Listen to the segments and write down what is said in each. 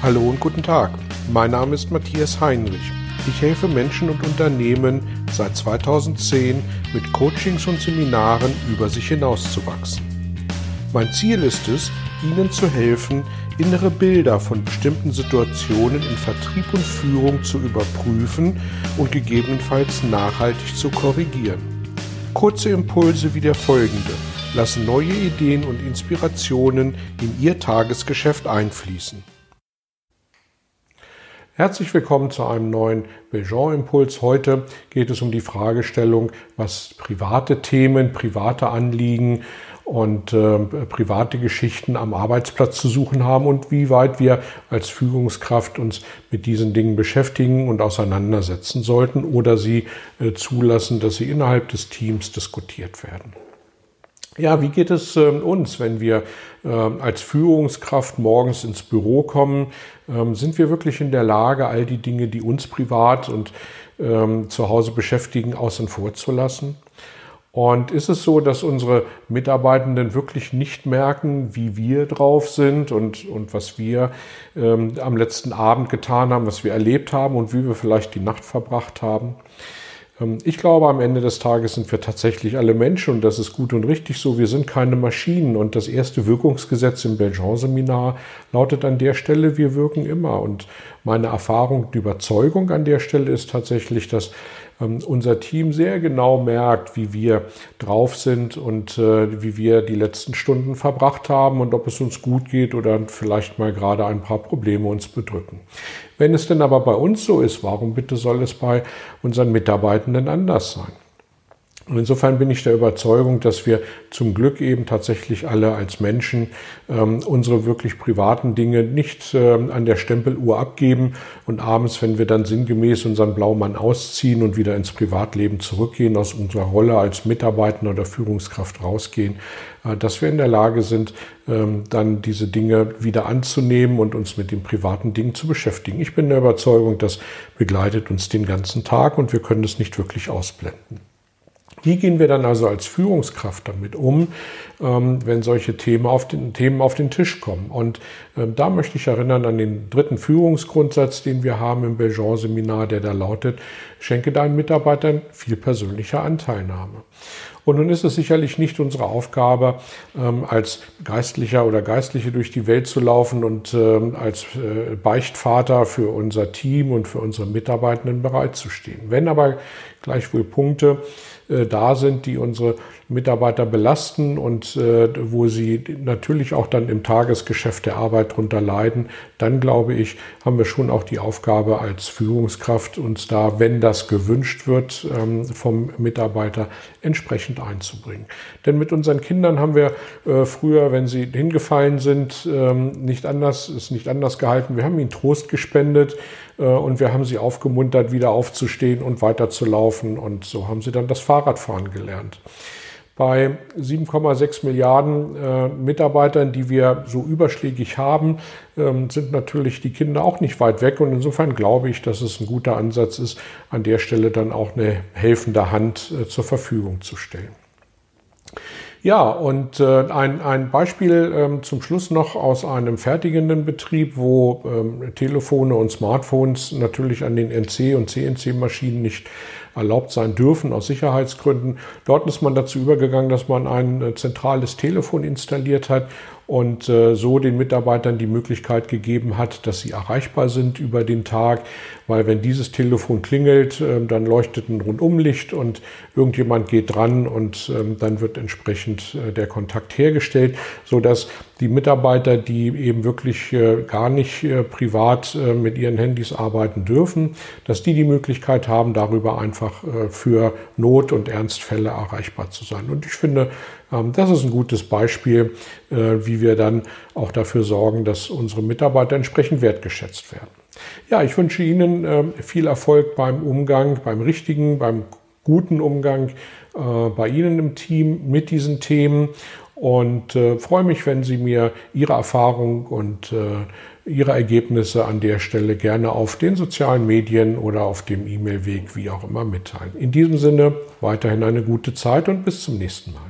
Hallo und guten Tag. Mein Name ist Matthias Heinrich. Ich helfe Menschen und Unternehmen seit 2010 mit Coachings und Seminaren über sich hinauszuwachsen. Mein Ziel ist es, Ihnen zu helfen, innere Bilder von bestimmten Situationen in Vertrieb und Führung zu überprüfen und gegebenenfalls nachhaltig zu korrigieren. Kurze Impulse wie der folgende lassen neue Ideen und Inspirationen in Ihr Tagesgeschäft einfließen. Herzlich willkommen zu einem neuen Belgian-Impuls. Heute geht es um die Fragestellung, was private Themen, private Anliegen und private Geschichten am Arbeitsplatz zu suchen haben und wie weit wir als Führungskraft uns mit diesen Dingen beschäftigen und auseinandersetzen sollten oder sie zulassen, dass sie innerhalb des Teams diskutiert werden. Ja, wie geht es uns, wenn wir als Führungskraft morgens ins Büro kommen? Sind wir wirklich in der Lage, all die Dinge, die uns privat und zu Hause beschäftigen, außen vor zu lassen? Und ist es so, dass unsere Mitarbeitenden wirklich nicht merken, wie wir drauf sind und was wir am letzten Abend getan haben, was wir erlebt haben und wie wir vielleicht die Nacht verbracht haben? Ich glaube, am Ende des Tages sind wir tatsächlich alle Menschen und das ist gut und richtig so. Wir sind keine Maschinen und das erste Wirkungsgesetz im Belgian-Seminar lautet an der Stelle, wir wirken immer. Und meine Erfahrung, die Überzeugung an der Stelle ist tatsächlich, dass unser Team sehr genau merkt, wie wir drauf sind und wie wir die letzten Stunden verbracht haben und ob es uns gut geht oder vielleicht mal gerade ein paar Probleme uns bedrücken. Wenn es denn aber bei uns so ist, warum bitte soll es bei unseren Mitarbeitenden anders sein? Und insofern bin ich der Überzeugung, dass wir zum Glück eben tatsächlich alle als Menschen unsere wirklich privaten Dinge nicht an der Stempeluhr abgeben und abends, wenn wir dann sinngemäß unseren Blaumann ausziehen und wieder ins Privatleben zurückgehen, aus unserer Rolle als Mitarbeiter oder Führungskraft rausgehen, dass wir in der Lage sind, dann diese Dinge wieder anzunehmen und uns mit den privaten Dingen zu beschäftigen. Ich bin der Überzeugung, das begleitet uns den ganzen Tag und wir können es nicht wirklich ausblenden. Wie gehen wir dann also als Führungskraft damit um, wenn solche Themen auf den Tisch kommen? Und da möchte ich erinnern an den 3. Führungsgrundsatz, den wir haben im Belgian-Seminar, der da lautet, schenke deinen Mitarbeitern viel persönliche Anteilnahme. Und nun ist es sicherlich nicht unsere Aufgabe, als Geistlicher oder Geistliche durch die Welt zu laufen und als Beichtvater für unser Team und für unsere Mitarbeitenden bereitzustehen. Wenn aber gleichwohl Punkte da sind, die unsere Mitarbeiter belasten und wo sie natürlich auch dann im Tagesgeschäft der Arbeit drunter leiden, dann glaube ich, haben wir schon auch die Aufgabe als Führungskraft, uns da, wenn das gewünscht wird, vom Mitarbeiter entsprechend einzubringen. Denn mit unseren Kindern haben wir früher, wenn sie hingefallen sind, nicht anders gehalten. Wir haben ihnen Trost gespendet und wir haben sie aufgemuntert, wieder aufzustehen und weiterzulaufen. Und so haben sie dann das Fahrradfahren gelernt. Bei 7,6 Milliarden Mitarbeitern, die wir so überschlägig haben, sind natürlich die Kinder auch nicht weit weg. Und insofern glaube ich, dass es ein guter Ansatz ist, an der Stelle dann auch eine helfende Hand zur Verfügung zu stellen. Ja, und ein Beispiel zum Schluss noch aus einem fertigenden Betrieb, wo Telefone und Smartphones natürlich an den NC- und CNC-Maschinen nicht erlaubt sein dürfen aus Sicherheitsgründen. Dort ist man dazu übergegangen, dass man ein zentrales Telefon installiert hat und so den Mitarbeitern die Möglichkeit gegeben hat, dass sie erreichbar sind über den Tag, weil wenn dieses Telefon klingelt, dann leuchtet ein Rundumlicht und irgendjemand geht dran und dann wird entsprechend der Kontakt hergestellt, sodass die Mitarbeiter, die eben wirklich gar nicht privat mit ihren Handys arbeiten dürfen, dass die Möglichkeit haben, darüber einfach für Not- und Ernstfälle erreichbar zu sein. Und ich finde, das ist ein gutes Beispiel, wie wir dann auch dafür sorgen, dass unsere Mitarbeiter entsprechend wertgeschätzt werden. Ja, ich wünsche Ihnen viel Erfolg beim Umgang, beim guten Umgang bei Ihnen im Team mit diesen Themen und freue mich, wenn Sie mir Ihre Erfahrung und Ihre Ergebnisse an der Stelle gerne auf den sozialen Medien oder auf dem E-Mail-Weg, wie auch immer, mitteilen. In diesem Sinne weiterhin eine gute Zeit und bis zum nächsten Mal.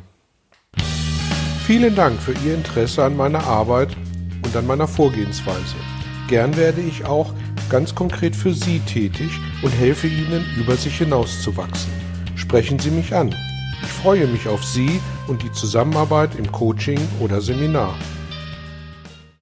Vielen Dank für Ihr Interesse an meiner Arbeit und an meiner Vorgehensweise. Gern werde ich auch ganz konkret für Sie tätig und helfe Ihnen, über sich hinauszuwachsen. Sprechen Sie mich an. Ich freue mich auf Sie und die Zusammenarbeit im Coaching oder Seminar.